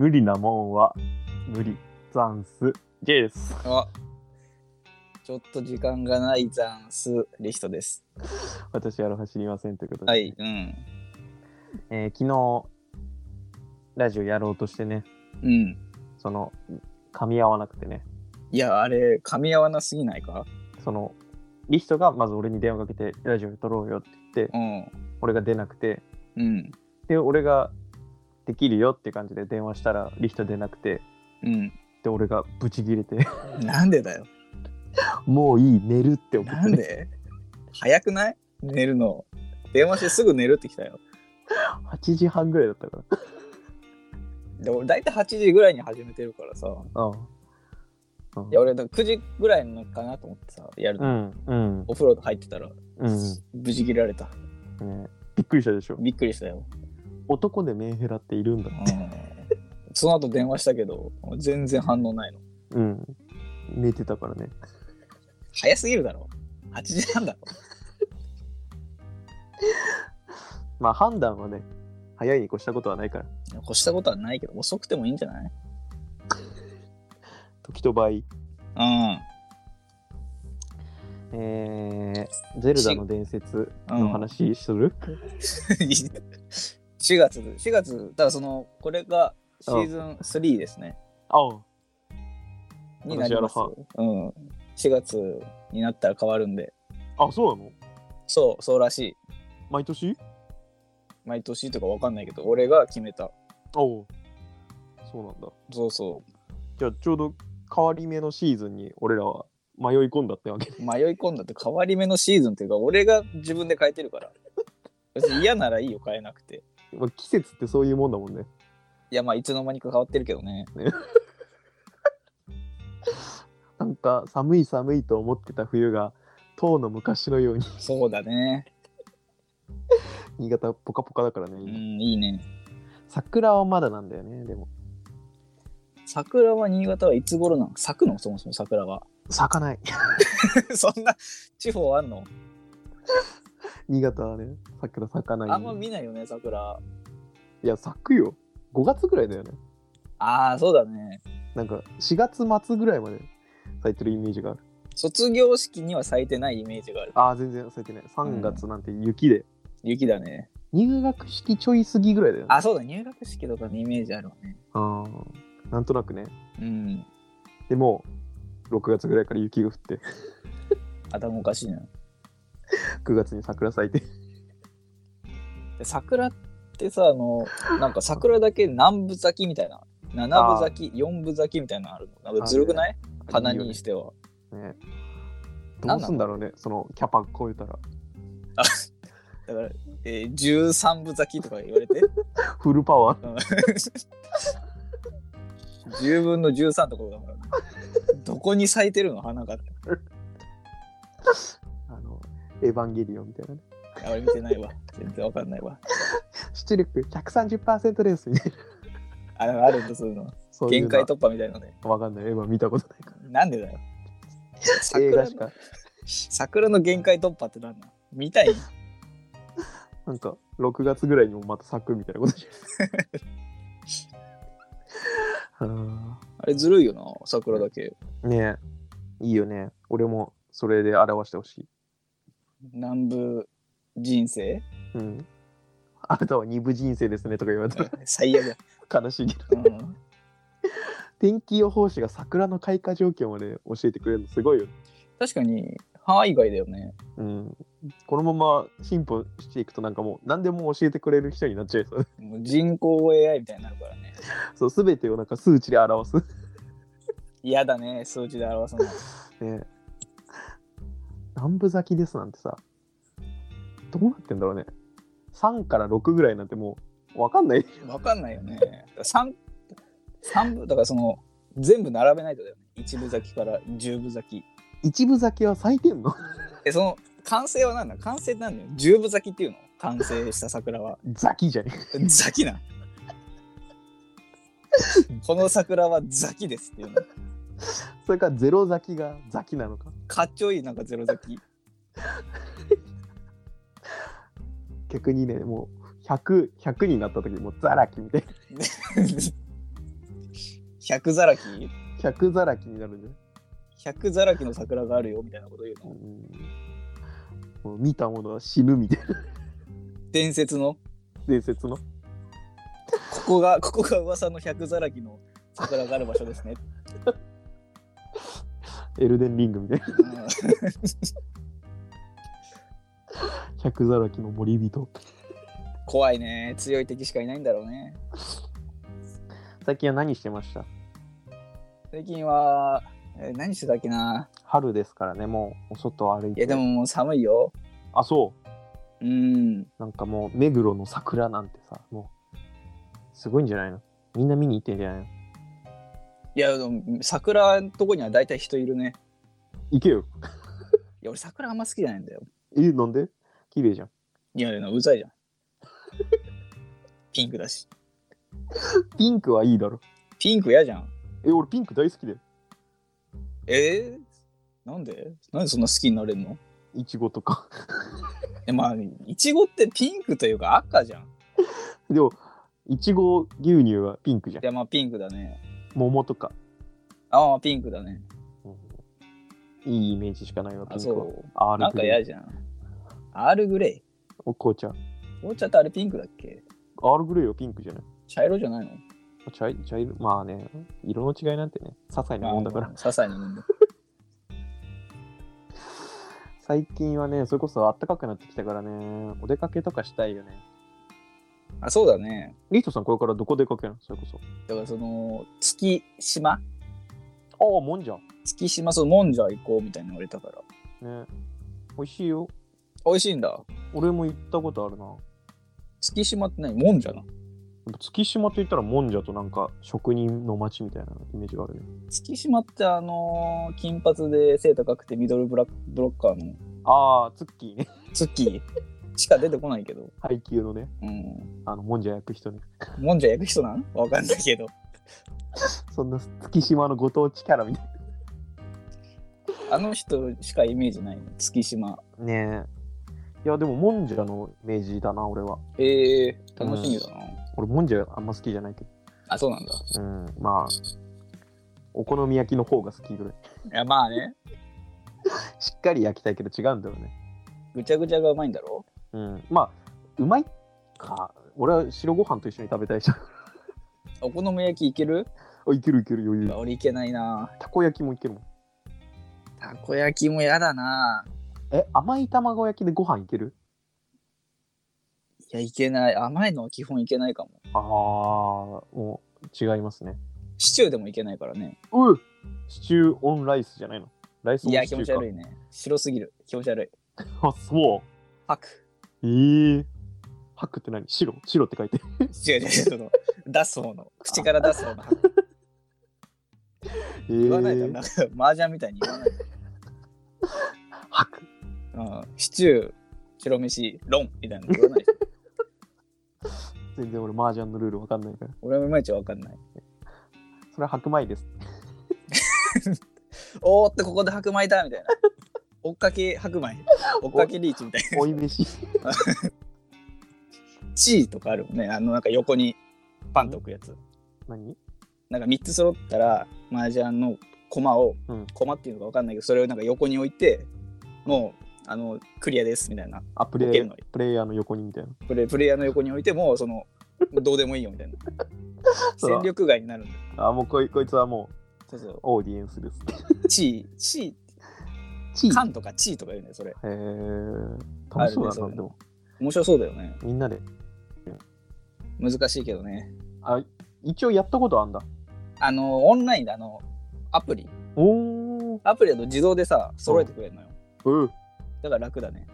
無理なもんは無理。ザンス。J です。 あ、ちょっと時間がないザンスリストです。 私は走りませんということで、 はい、うん。 昨日ラジオやろうとしてね、 うん。 その噛み合わなくてね、 いや、あれ、噛み合わなすぎないか？ そのリストがまず俺に電話かけてラジオ撮ろうよって言って、 うん。 俺が出なくて、 うん。 で俺ができるよって感じで電話したらリスト出なくて、 うん。 で俺がブチギレてなんでだよ。 もういい寝るって思って、ね、 なんで？早くない？寝るの。電話してすぐ寝るってきたよ。 8時半ぐらいだったから。 で俺大体8時ぐらいに始めてるからさ。いや俺9時ぐらいのかなと思ってさやるの、お風呂入ってたら、無事切られた、 ね、びっくりしたでしょ。 びっくりしたよ。 男でメンヘラっているんだって、 その後電話したけど全然反応ないの。 寝てたからね。 早すぎるだろ、8時半だろ。 まあ判断はね早いに越したことはないから。 越したことはないけど遅くてもいいんじゃない？ 時と場合。ゼルダの伝説の話する ？4月だからそのこれがシーズン3ですね。になります。4月になったら変わるんで。 あ、そうなの？ そうらしい。 毎年とかわかんないけど俺が決めた。 そうなんだ。 そうじゃあちょうど変わり目のシーズンに俺らは迷い込んだってわけ。 迷い込んだって変わり目のシーズンっていうか俺が自分で変えてるから別に嫌ならいいよ変えなくて。 季節ってそういうもんだもんね。 いやまあいつの間にか変わってるけどね。 なんか寒いと思ってた冬がとうの昔のように。 そうだね。 新潟ポカポカだからね。 いいね。 桜はまだなんだよね。でも桜は新潟はいつ頃なの？咲くの？そもそも桜は咲かない。 そんな地方あんの？ 新潟はね、桜咲かない。 あんま見ないよね、桜。 いや、咲くよ。5月ぐらいだよね。 ああ、そうだね。 なんか4月末ぐらいまで咲いてるイメージがある。 卒業式には咲いてないイメージがある。 全然咲いてない。3月なんて雪で。 雪だね。 入学式ちょい過ぎぐらいだよね。 そうだ、入学式とかのイメージあるわね。 なんとなくね。でも6月ぐらいから雪が降って頭おかしいな。 9月に桜咲いて。 で桜ってさ、なんか桜だけ何分咲きみたいな、7分咲き、4分咲きみたたいなのあるの。なんかずるくない？花にしては。ね。 どうすんだろうね、そのキャパ超えたら。 だから、13分咲きとか言われてフルパワー。 10分の13とかだから、ね、どこに咲いてるの花が。 エヴァンゲリオンみたいなね。 俺見てないわ。全然わかんないわ。 出力 130% ですみたいな。 あるんだ、そういうの。限界突破みたいなね。 わかんない。エヴァ見たことないから。 なんでだよ。 映画しか。 桜の限界突破って何なの？見たい？ なんか6月ぐらいにもまた咲くみたいなことじゃん。 あれずるいよな、桜だけ。 ねえ、いいよね。俺もそれで表してほしい。 南部人生？ あなたは二部人生ですねとか言われたら最悪だ。悲しいけど、天気予報士が桜の開花状況まで教えてくれるのすごいよ。 確かに範囲外だよね。 このまま進歩していくとなんかもう何でも教えてくれる人になっちゃいそう。 もう人工 AI みたいになるからね。 そう、全てをなんか数値で表す。 嫌だね、数値で表すの。 ね、南部咲きですなんてさ、どうなってんだろうね。3から6ぐらいなんてもう分かんない。 分かんないよね。3部だからその全部並べないとだよね。1部咲きから10部咲き。 1部咲きは咲いてんの？ その完成は何だ？完成って何だよ。10部咲きっていうの？完成した桜は。 咲きじゃねえ。 咲きな。この桜は咲きですっていうの。 それからゼロ咲きが咲きなのか。 かっちょいい、なんかゼロ咲き。 逆にね、もう100になった時もうザラキみたいな。 100ざらき 100ざらきになるんじゃない？ 100ざらきの桜があるよみたいなこと言うの？ もう見た者は死ぬみたいな。 伝説のここが噂の100ざらきの桜がある場所ですね。 エルデンリングみたいな。100ざらきの森人。 怖いね。強い敵しかいないんだろうね。 最近は何してました？ 最近は、何してたっけな。 春ですからね、もうお外歩いて。 いやでももう寒いよ。 あ、そう。 なんかもう目黒の桜なんてさ、もうすごいんじゃないの？みんな見に行ってんじゃないの？ いやでも桜のとこには大体人いるね。 行けよ。 いや俺桜あんま好きじゃないんだよ。 なんで？綺麗じゃん。 いやうざいじゃん。ピンクだし。 ピンクはいいだろ。 ピンク嫌じゃん。 俺ピンク大好きだよ。 なんでそんな好きになれんの？ いちごとか。 まあいちごってピンクというか赤じゃん。 でもいちご牛乳はピンクじゃん。 いやまあピンクだね。 桃とか。 ああピンクだね。 いいイメージしかないわ。 あそうなんか嫌じゃん。アールグレイ。 紅茶ってあれピンクだっけ？ アールグレイはピンクじゃない？ 茶色じゃないの？ 茶色、まあね、色の違いなんてね、些細なもんだから。 些細なもんだ。 最近はね、それこそ暖かくなってきたからね、お出かけとかしたいよね。 あ、そうだね。 リートさんこれからどこ出かけるの？それこそ。 だから月島？ ああ、もんじゃ。 月島、もんじゃ行こうみたいに言われたから。 ね。美味しいよ。 美味しいんだ。 俺も行ったことあるな。 月島って何？もんじゃな？ 月島といったらもんじゃとなんか職人の街みたいなイメージがあるね。 月島って金髪で背高くてミドルブロッカーの。 ああ、ツッキーね。 ツッキーしか出てこないけど。 配給のね。もんじゃ焼く人ね。 もんじゃ焼く人なんわかんないけど。 そんな月島のご当地キャラみたいな。あの人しかイメージないの、月島。 ねえ。いや、でももんじゃのイメージだな、俺は。 楽しみだな。 俺、もんじゃあんま好きじゃないけど。 あ、そうなんだ。 まあ、お好み焼きの方が好きぐらい。 いや、まあね。 しっかり焼きたいけど違うんだよね。 ぐちゃぐちゃがうまいんだろ？ まあ、うまいか。俺は白ご飯と一緒に食べたいじゃん。 お好み焼きいける？ いける余裕。 俺いけないな。 たこ焼きもいけるもん。 たこ焼きもやだな。 甘い卵焼きでご飯いける？ いや、いけない。甘いのは基本いけないかも。もう違いますね。 シチューでもいけないからね。 シチューオンライスじゃないの？ライスオンシチューか。 いや、気持ち悪いね。白すぎる。気持ち悪い。 あ、そう。 吐く。 吐くって何？白って書いて。 違う。出す方の。口から出す方の吐く。言わないとなんか麻雀みたいに言わないと。 吐く。 シチュー、白飯、ロンみたいなの言わないと。 全然俺麻雀のルールわかんないから。 俺もいまいちわかんない。 それは白米です。 おーってここで白米だみたいな。追っかけ白米。追っかけリーチみたいな。 追い飯。 チーとかあるもんね。なんか横にパンと置くやつ。 何？ なんか3つ揃ったら麻雀の駒を、駒っていうのかわかんないけど、それをなんか横に置いて、もうクリアですみたいな。 プレイヤーの横にみたいな。 プレイヤーの横に置いてもどうでもいいよみたいな。戦力外になるんだ。 もうこいつはもうそうオーディエンスです。 チーカンとかチーとか言うんだよそれ。 楽しそうだな。でも面白そうだよね。 みんなで。 難しいけどね。 一応やったことあんだ。 オンラインでアプリだと自動でさ揃えてくれるのよ。だから楽だね。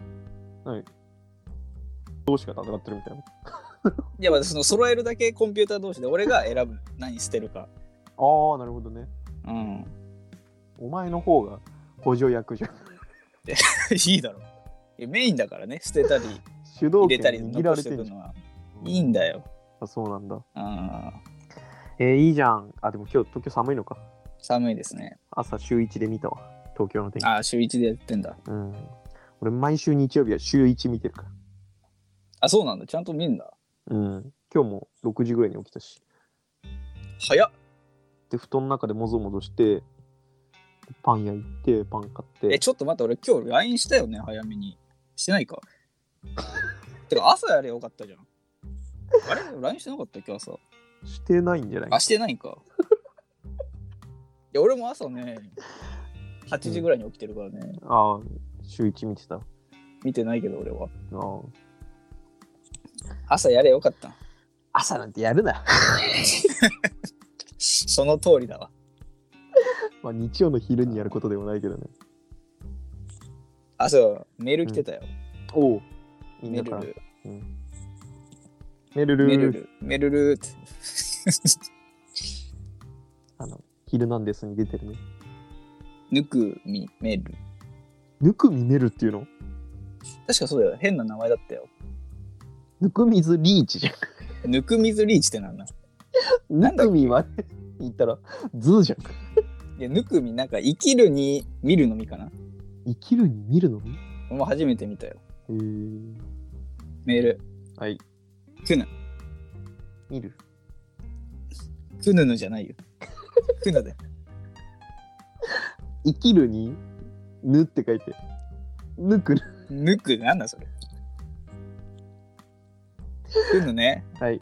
どうしか戦ってるみたいな。 いや、まあ揃えるだけコンピューター同士で俺が選ぶ何捨てるか。 なるほどね。お前の方が補助役じゃん。 いいだろ。メインだからね、捨てたり主導権入れたり握られてるのはいいんだよ。 そうなんだ。いいじゃん。でも今日東京寒いのか。 寒いですね。 朝週1で見たわ。東京の天気。 週1でやってんだ。 俺毎週日曜日は週1見てるから。 そうなんだ。ちゃんと見るんだ。 今日も6時ぐらいに起きたし。 早っ。 で布団の中でもぞもぞして、パン屋行ってパン買って。 ちょっと待って、俺今日 LINE したよね、早めに。してないか。てか朝やればよかったじゃん。あれ ?LINE してなかったっけ朝。 してないんじゃない？ あ、してないか。いや、俺も朝ね、8時ぐらいに起きてるからね。 ああ、週1見てた。 見てないけど俺は。 ああ。朝やればよかった。 朝なんてやるな。 その通りだわ。 まあ日曜の昼にやることでもないけどね。 あ、そう、メール来てたよ。 おお。みんなから。メルルーって。 ヒルナンデスに出てるね。 ぬくみメル。 ぬくみメルっていうの？ 確かそうだよ。変な名前だったよ。 ぬくみずリーチじゃん。ぬくみずリーチってなんだ？ ぬくみまで言ったらズーじゃん。 いや、ぬくみなんか生きるに見るのみかな？ 生きるに見るのみ？ もう初めて見たよ。メール。 はい。 くぬ。 見る？ くぬぬじゃないよ。くぬで。 生きるにぬって書いて。ぬくる。 ぬくなんだそれ。くぬね。 はい。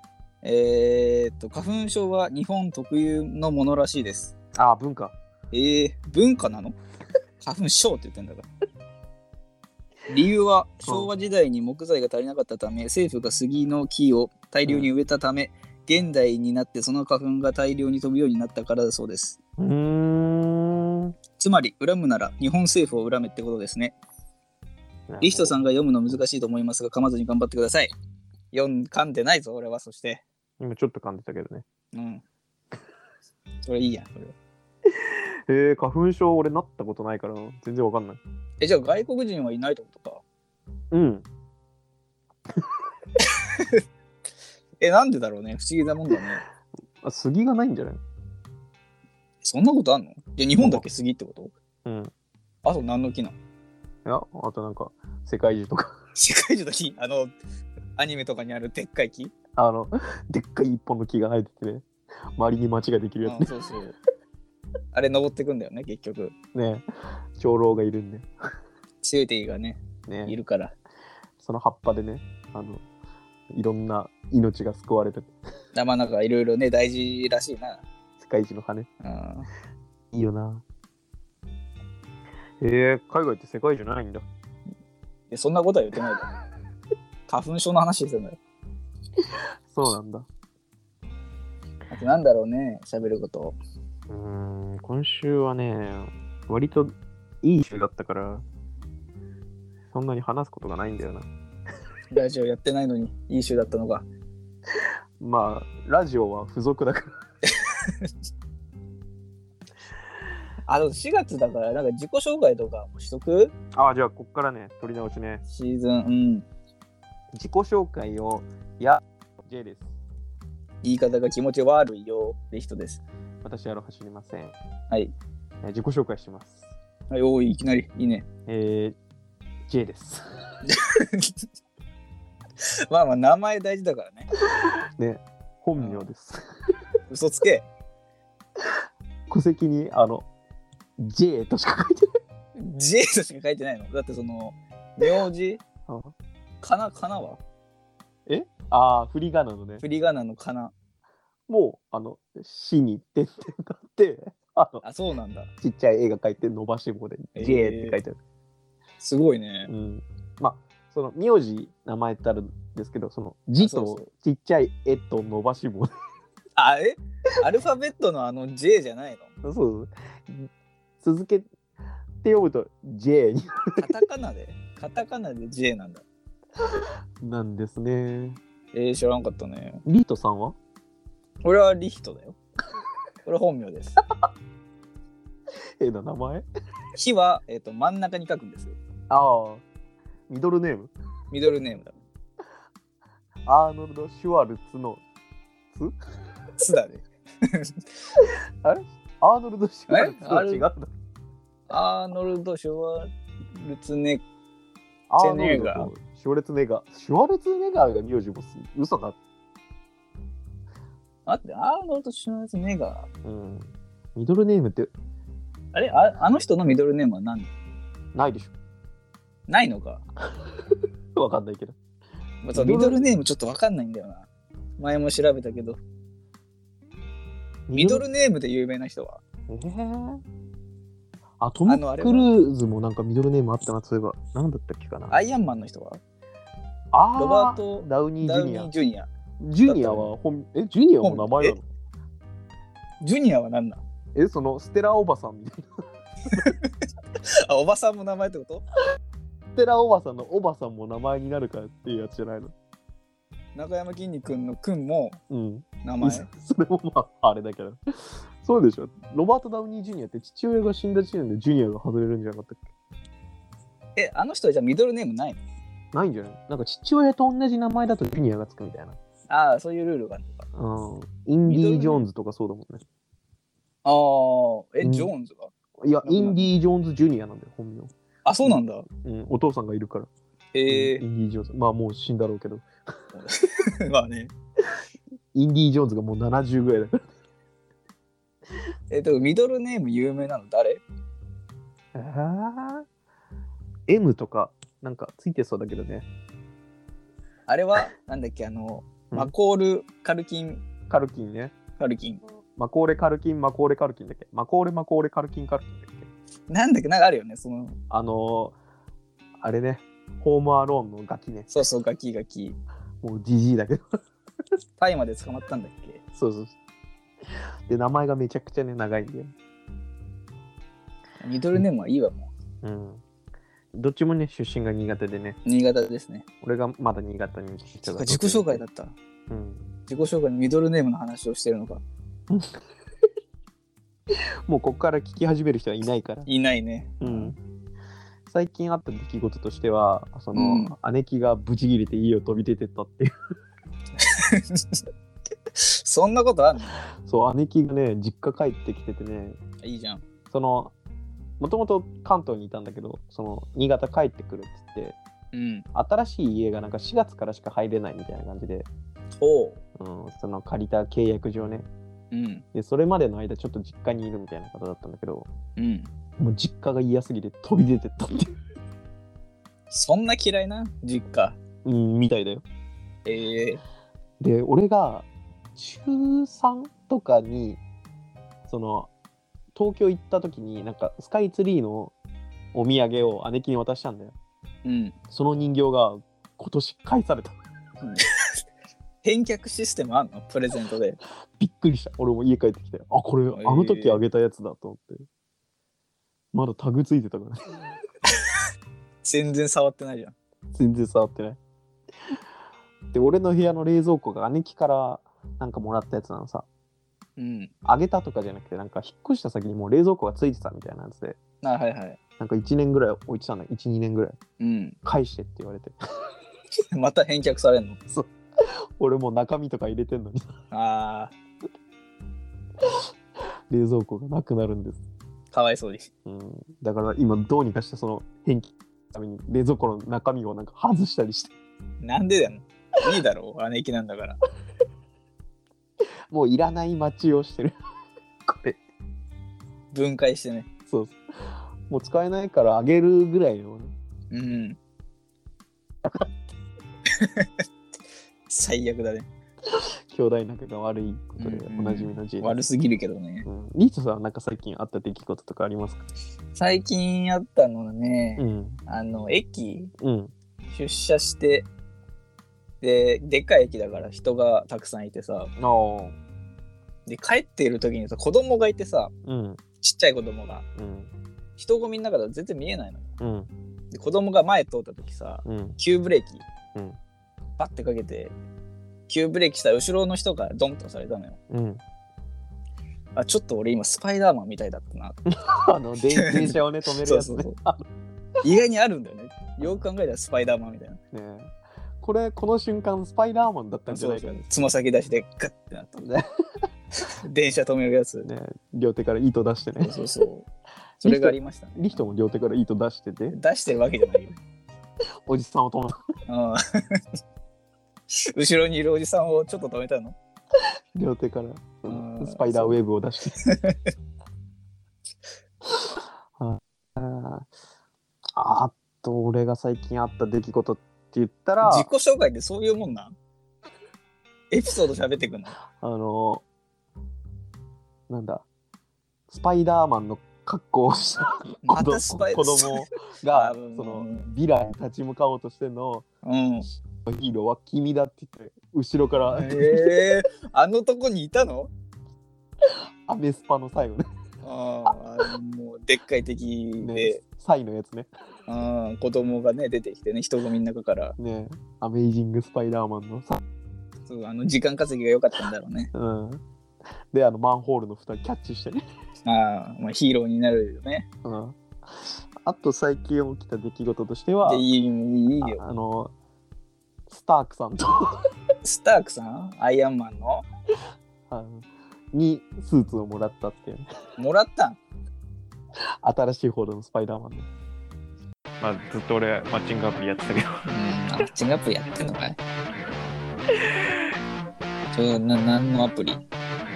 花粉症は日本特有のものらしいです。 ああ、文化。 文化なの？花粉症って言ってんだから。理由は昭和時代に木材が足りなかったため、政府が杉の木を大量に植えたため、現代になってその花粉が大量に飛ぶようになったからだそうです。つまり恨むなら日本政府を恨めってことですね。リヒトさんが読むの難しいと思いますが、噛まずに頑張ってください。噛んでないぞ俺は。そして今ちょっと噛んでたけどね。 うん。それいいやそれは。 花粉症俺なったことないから全然わかんない。 じゃあ外国人はいないってことか。 うん。 なんでだろうね。不思議なもんだね。 杉がないんじゃない？ そんなことあんの？日本だけ杉ってこと？ うん。 あと何の木なの？ いや、あとなんか世界樹とか。 世界樹の木？アニメとかにあるでっかい木？ でっかい一本の木が生えててね、周りに町ができるやつね。 そうそう。あれ登ってくんだよね結局。 ね、長老がいるんで。 強い敵がねいるから。 その葉っぱでね、いろんな命が救われる。 まあなんかいろいろね大事らしいな。 世界樹の羽。いいよな。海外って世界樹ないんだ。 そんなことは言ってないだろ。花粉症の話してんだよ。 そうなんだ。 あとなんだろうね、喋ること。 今週はね、割といい週だったから、そんなに話すことがないんだよな。 ラジオやってないのにいい週だったのか。 まあ、ラジオは付属だから。 4月だからなんか自己紹介とかもしとく？ じゃあこっからね、取り直しね。 シーズン、 自己紹介をJ です。 言い方が気持ち悪いよで人です。 私走りません。 はい。 自己紹介します。 はい、いきなりいいね。 J です。 まあ名前大事だからね。 ね、本名です。 嘘つけ。 戸籍にJ としか書いてない。 J としか書いてないの？だってその名字かなは？ 振り仮名のね。 振り仮名のかな。 もう死に点々があってそうなんだ。 ちっちゃい絵が描いて伸ばし棒で J って書いてある。 すごいね。 まあその名字名前ってあるんですけど、その字とちっちゃい絵と伸ばし棒でアルファベットのJ じゃないの？ そう続けて読むと J にカタカナで J なんだ。 なんですね。 知らんかったね。 リートさんは？ 俺はリヒトだよ。これ本名です。 な名前？ 日は、真ん中に書くんですよ。ミドルネーム？ ミドルネームだ。 アーノルド・シュワルツのツだね。 あれ？アーノルド・シュワルツは違うんだ。 アーノルド・シュワルツネガー。 シュワルツネガーが名字も嘘だ。 待って、アーノルド・シュワルツェネッガー。 うん。ミドルネームって。 あの人のミドルネームは何？ ないでしょ。 ないのか。 わかんないけど。 ミドルネームちょっとわかんないんだよな。前も調べたけど。ミドルネームで有名な人は？ トム・クルーズもなんかミドルネームあったな、そういえば。何だったっけかな。 アイアンマンの人は？ロバート・ダウニー・ジュニア。 ジュニアはジュニアも名前なの？ ジュニアは何だ？ そのステラおばさんみたいな。おばさんも名前ってこと？ ステラおばさんのおばさんも名前になるからっていうやつじゃないの？ 中山きんに君の君も名前、 それもまああれだけど。そうでしょ。ロバート・ダウニー・ジュニアって父親が死んだ時点でジュニアが外れるんじゃなかったっけ？あの人はじゃあミドルネームないの？ ないんじゃない？なんか父親と同じ名前だとジュニアがつくみたいな。 ああ、そういうルールがあるのか。インディ・ジョーンズとかそうだもんね。 ジョーンズが？ いや、インディ・ジョーンズ・ジュニアなんだよ、本名。 あ、そうなんだ。 お父さんがいるから。インディ・ジョーンズ。まあもう死んだろうけど。 まあね。 インディ・ジョーンズがもう70ぐらいだから。 ミドルネーム有名なの誰 ？M とかなんかついてそうだけどね。 あれはなんだっけ、マコール・カルキン。 カルキンね。 カルキン。 マコーレ・カルキンだっけ？マコーレ・カルキンだっけ？ なんだっけ、なんかあるよね、その。 あれね、ホームアローンのガキね。 そうそう、ガキ。 もうジジイだけど。 タイまで捕まったんだっけ？ そう。で、名前がめちゃくちゃね、長いんだよ。 ミドルネームはいいわ、もう。どっちもね、出身が新潟でね。 新潟ですね。 俺がまだ新潟に来てた。 自己紹介だった。自己紹介にミドルネームの話をしてるのか。 もうここから聞き始める人はいないから。 いないね。 最近あった出来事としては、姉貴がブチギレて家を飛び出てったっていう。 そんなことあんの？ そう、姉貴がね、実家帰ってきててね。 いいじゃん。 もともと関東にいたんだけど、新潟帰ってくるっつって、新しい家がなんか4月からしか入れないみたいな感じで、借りた契約上ね。でそれまでの間ちょっと実家にいるみたいな方だったんだけど、もう実家が嫌すぎて飛び出てったって。 そんな嫌いな実家？ みたいだよ。で俺が中3とかに東京行った時になんかスカイツリーのお土産を姉貴に渡したんだよ。その人形が今年返された。 返却システムあんの？プレゼントで。 びっくりした。俺も家帰ってきて、これあの時あげたやつだと思って。まだタグついてたから。 全然触ってないじゃん。 全然触ってない。で、俺の部屋の冷蔵庫が姉貴からなんかもらったやつなのさ。あげたとかじゃなくて、なんか引っ越した先にもう冷蔵庫がついてたみたいなやつで。 はいはい。 なんか1年ぐらい置いてたんだ。1、2年ぐらい。返してって言われて。 また返却されんの？ そう。俺もう中身とか入れてんのに。冷蔵庫がなくなるんです。 かわいそうです。 だから今どうにかして返金のために冷蔵庫の中身をなんか外したりして。 なんでだよ。いいだろう、姉貴なんだから。 もういらない待ちをしてる。これ。 分解してね。 そう。もう使えないからあげるぐらいの。 最悪だね。 兄弟仲が悪いことでおなじみのJ。 悪すぎるけどね。 リートさんはなんか最近あった出来事とかありますか？ 最近あったのはね、駅、出社してでっかい駅だから人がたくさんいてさ、で帰っている時にさ子供がいてさ、ちっちゃい子供が、人混みの中では全然見えないのよ。で子供が前通った時さ、急ブレーキ、バッてかけて急ブレーキしたら後ろの人がドンとされたのよ。ちょっと俺今スパイダーマンみたいだったな。 電車をね止めるやつね。 意外にあるんだよね。よく考えたらスパイダーマンみたいな。 この瞬間スパイダーマンだったんじゃないかな。 つま先出しでガッてなったんだ。電車止めるやつ。 両手から糸出してね。 それがありましたね。 リヒトも両手から糸出してて。 出してるわけじゃないよ。 おじさんを止めた。 後ろにいるおじさんをちょっと止めたの。 両手からスパイダーウェーブを出してあと俺が最近あった出来事って言ったら、 自己紹介ってそういうもんなん？エピソード喋ってくんの？ なんだ、スパイダーマンの格好をした子供がそのヴィランに立ち向かおうとしてんの、ヒーローは君だって言って後ろからあのとこにいたの？ アメスパの最後ね。 もうでっかい敵で、 ね、サイのやつね。 子供がね出てきてね、人混みの中からね、アメイジングスパイダーマンのさ、 そう時間稼ぎが良かったんだろうね。 でマンホールの蓋キャッチしてね。 まあ、ヒーローになるよね。 あと最近起きた出来事としては、 いいよ。 スタークさんとスタークさん、アイアンマンのにスーツをもらったっていう、ね、 もらったん？ 新しい方のスパイダーマンね。まあずっと俺マッチングアプリやってたけど。 マッチングアプリやってんのかい？何のアプリ？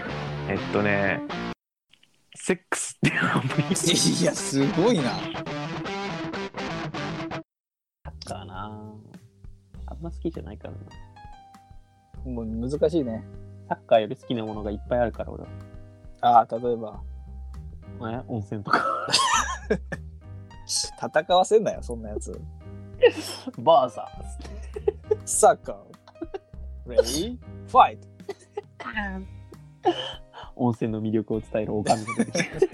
セックスっていうアプリ。 いやすごいな。 サッカーなあんま好きじゃないからな。 もう難しいね。 サッカーより好きなものがいっぱいあるから俺は。 例えば温泉とか。 戦わせんなよそんなやつ。 バーササッカーレディーファイト。 温泉の魅力を伝えるおかみが出てきた。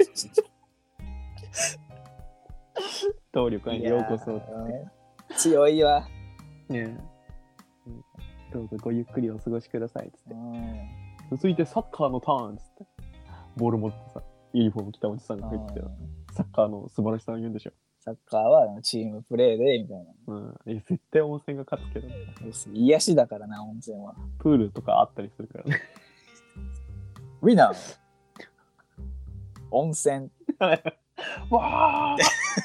動力にようこそ。 強いわ。 ねえ。どうぞごゆっくりお過ごしくださいっつって。続いてサッカーのターンっつって。ボール持ってさ、ユニフォーム着たおじさんが入ってサッカーの素晴らしさを言うんでしょ。 サッカーはチームプレーでみたいな。 絶対温泉が勝つけど、ね。 癒しだからな、温泉は。 プールとかあったりするからね。 ウィナー温泉。 わー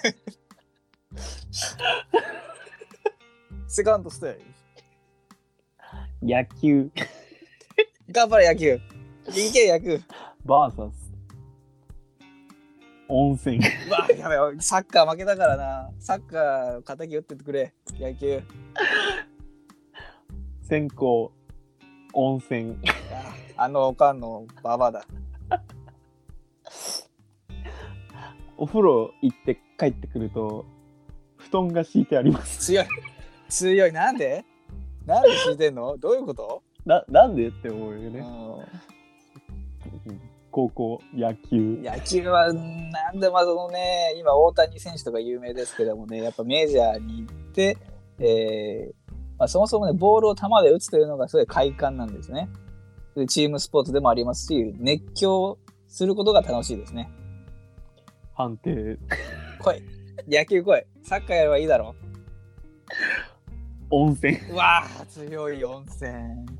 セカンドステージ。野球。 頑張れ野球。いけ野球。 バーサス。温泉。 やべえ、サッカー負けたからな。サッカー敵打ってってくれ。野球。 先行。温泉。 おかんのババだ。 お風呂行って帰ってくると布団が敷いてあります。 強い。なんで敷いてんの？どういうこと？ なんでって思うよね。高校野球はなんでそのね、今大谷選手とか有名ですけどもね、やっぱメジャーに行って、そもそもねボールを球で打つというのがすごい快感なんですね。でチームスポーツでもありますし、熱狂することが楽しいですね。 判定来い、野球来い。サッカーやればいいだろ。 温泉。 強い温泉。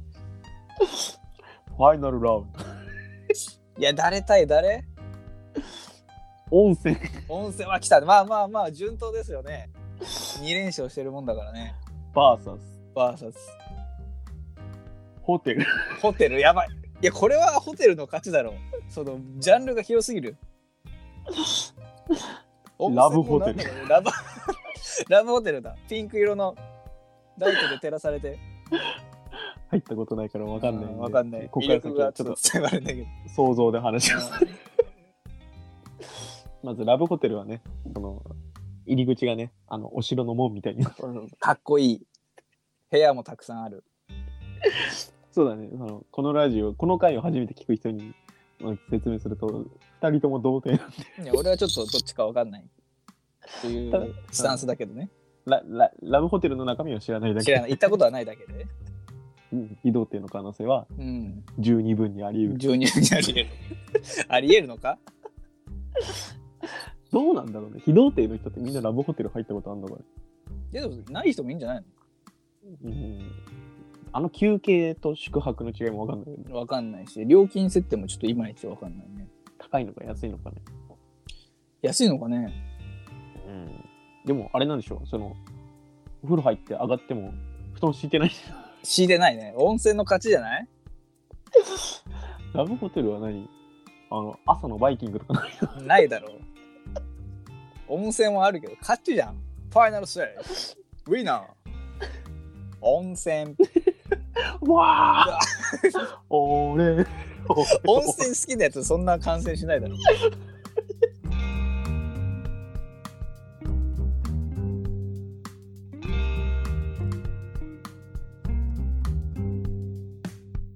ファイナルラウンド。 いや誰対誰？ 温泉は来た。まあ順当ですよね。2連勝してるもんだからね。 バーサスホテル。 やばい。いやこれはホテルの勝ちだろう。そのジャンルが広すぎる。 ラブホテル。 ラブホテルだ。ピンク色のライトで照らされて。 入ったことないから分かんない。 分かんない。 ここから先はちょっと伝わるんだけど。 想像で話します。まずラブホテルはね、その入り口がね、お城の門みたいにかっこいい。部屋もたくさんある。 そうだね。このラジオ、この回を初めて聞く人に説明すると、2人とも童貞なんで。 いや俺はちょっとどっちか分かんないっていうスタンスだけどね。 ラブホテルの中身は知らないだけ。 知らない。行ったことはないだけで。 非童貞の可能性は十二分にあり得る。 十二分にあり得る。あり得るのか？ どうなんだろうね。非童貞の人ってみんなラブホテル入ったことあるのかね。 いやでもない人もいいんじゃないの？休憩と宿泊の違いも分かんないよね。 分かんないし、料金設定もちょっといまいち分かんないね。 高いのか安いのかね。 安いのかね。 でもあれなんでしょう。お風呂入って上がっても布団敷いてない。 敷いてないね。温泉の勝ちじゃない？ ラブホテルは何？朝のバイキングとかないないだろ。温泉はあるけど、勝ちじゃん。ファイナルステージ。ウィナー。温泉。 わあ俺。 温泉好きなやつそんな感染しないだろ。